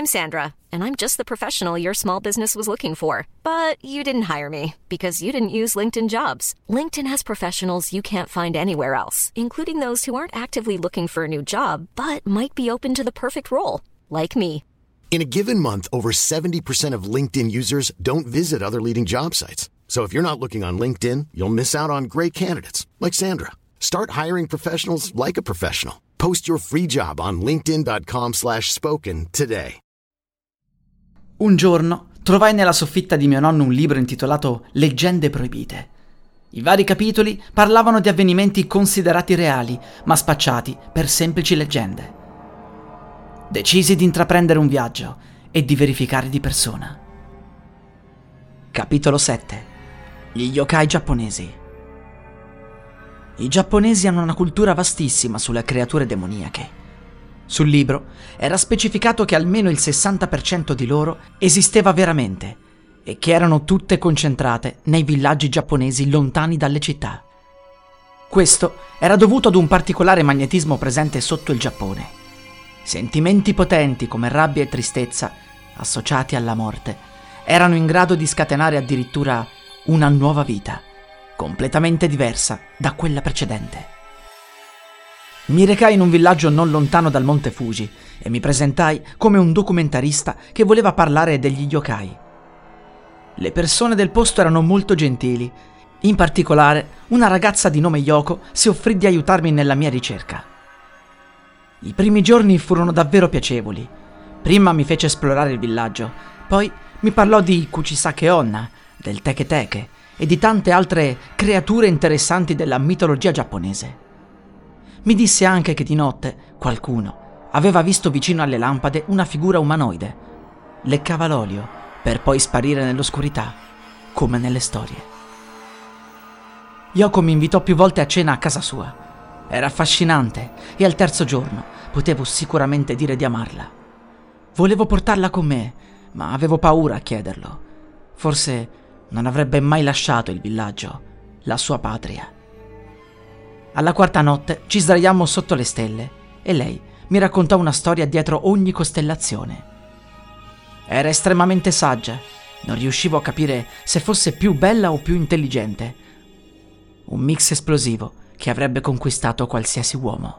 I'm Sandra, and I'm just the professional your small business was looking for. But you didn't hire me because you didn't use LinkedIn Jobs. LinkedIn has professionals you can't find anywhere else, including those who aren't actively looking for a new job, but might be open to the perfect role, like me. In a given month, over 70% of LinkedIn users don't visit other leading job sites. So if you're not looking on LinkedIn, you'll miss out on great candidates like Sandra. Start hiring professionals like a professional. Post your free job on linkedin.com/spoken today. Un giorno trovai nella soffitta di mio nonno un libro intitolato Leggende proibite. I vari capitoli parlavano di avvenimenti considerati reali, ma spacciati per semplici leggende. Decisi di intraprendere un viaggio e di verificare di persona. Capitolo 7. Gli yokai giapponesi. I giapponesi hanno una cultura vastissima sulle creature demoniache. Sul libro era specificato che almeno il 60% di loro esisteva veramente e che erano tutte concentrate nei villaggi giapponesi lontani dalle città. Questo era dovuto ad un particolare magnetismo presente sotto il Giappone. Sentimenti potenti come rabbia e tristezza, associati alla morte, erano in grado di scatenare addirittura una nuova vita, completamente diversa da quella precedente. Mi recai in un villaggio non lontano dal Monte Fuji e mi presentai come un documentarista che voleva parlare degli yokai. Le persone del posto erano molto gentili. In particolare, una ragazza di nome Yoko si offrì di aiutarmi nella mia ricerca. I primi giorni furono davvero piacevoli. Prima mi fece esplorare il villaggio, poi mi parlò di Kuchisake Onna, del Teke Teke e di tante altre creature interessanti della mitologia giapponese. Mi disse anche che di notte qualcuno aveva visto vicino alle lampade una figura umanoide. Leccava l'olio per poi sparire nell'oscurità, come nelle storie. Yoko mi invitò più volte a cena a casa sua. Era affascinante e al terzo giorno potevo sicuramente dire di amarla. Volevo portarla con me, ma avevo paura a chiederlo. Forse non avrebbe mai lasciato il villaggio, la sua patria. Alla quarta notte ci sdraiammo sotto le stelle e lei mi raccontò una storia dietro ogni costellazione. Era estremamente saggia, non riuscivo a capire se fosse più bella o più intelligente. Un mix esplosivo che avrebbe conquistato qualsiasi uomo.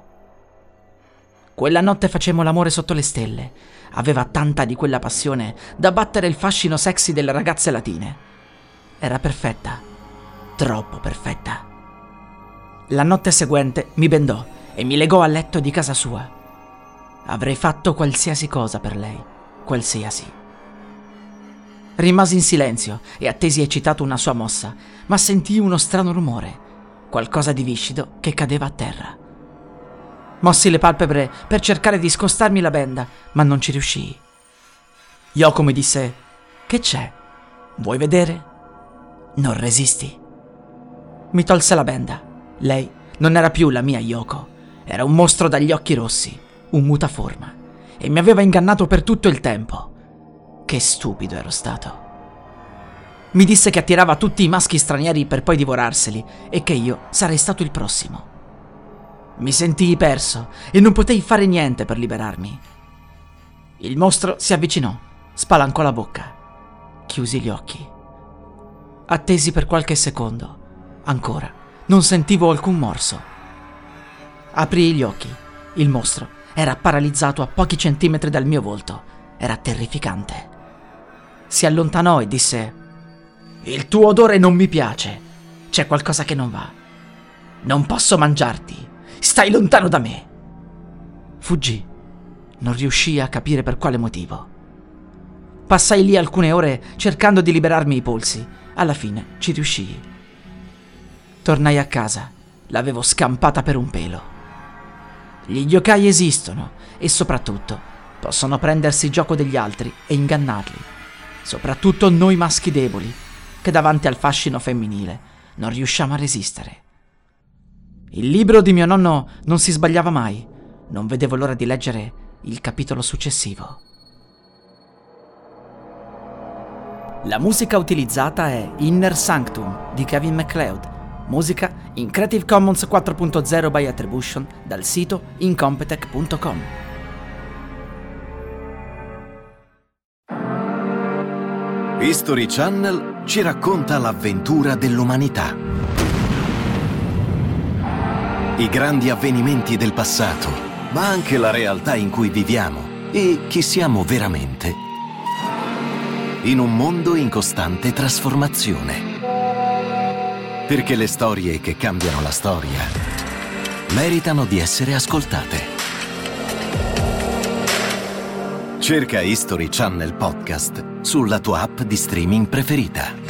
Quella notte facemmo l'amore sotto le stelle. Aveva tanta di quella passione da battere il fascino sexy delle ragazze latine. Era perfetta, troppo perfetta. La notte seguente mi bendò e mi legò al letto di casa sua. Avrei fatto qualsiasi cosa per lei, qualsiasi. Rimasi in silenzio e attesi eccitato una sua mossa, ma sentii uno strano rumore. Qualcosa di viscido che cadeva a terra. Mossi le palpebre per cercare di scostarmi la benda, ma non ci riuscii. Yoko mi disse: "Che c'è? Vuoi vedere?" "Non resisti." Mi tolse la benda. Lei non era più la mia Yoko. Era un mostro dagli occhi rossi, un mutaforma, e mi aveva ingannato per tutto il tempo. Che stupido ero stato. Mi disse che attirava tutti i maschi stranieri per poi divorarseli e che io sarei stato il prossimo. Mi sentii perso e non potei fare niente per liberarmi. Il mostro si avvicinò, spalancò la bocca. Chiusi gli occhi. Attesi per qualche secondo. Ancora non sentivo alcun morso. Aprii gli occhi. Il mostro era paralizzato a pochi centimetri dal mio volto. Era terrificante. Si allontanò e disse: "Il tuo odore non mi piace. C'è qualcosa che non va. Non posso mangiarti. Stai lontano da me." Fuggì. Non riuscii a capire per quale motivo. Passai lì alcune ore cercando di liberarmi i polsi. Alla fine ci riuscii. Tornai a casa. L'avevo scampata per un pelo. Gli yokai esistono e soprattutto possono prendersi gioco degli altri e ingannarli. Soprattutto noi maschi deboli, che davanti al fascino femminile non riusciamo a resistere. Il libro di mio nonno non si sbagliava mai. Non vedevo l'ora di leggere il capitolo successivo. La musica utilizzata è Inner Sanctum di Kevin MacLeod, musica in Creative Commons 4.0 by Attribution dal sito incompetech.com. History Channel ci racconta l'avventura dell'umanità. I grandi avvenimenti del passato, ma anche la realtà in cui viviamo e chi siamo veramente. In un mondo in costante trasformazione. Perché le storie che cambiano la storia meritano di essere ascoltate. Cerca History Channel Podcast sulla tua app di streaming preferita.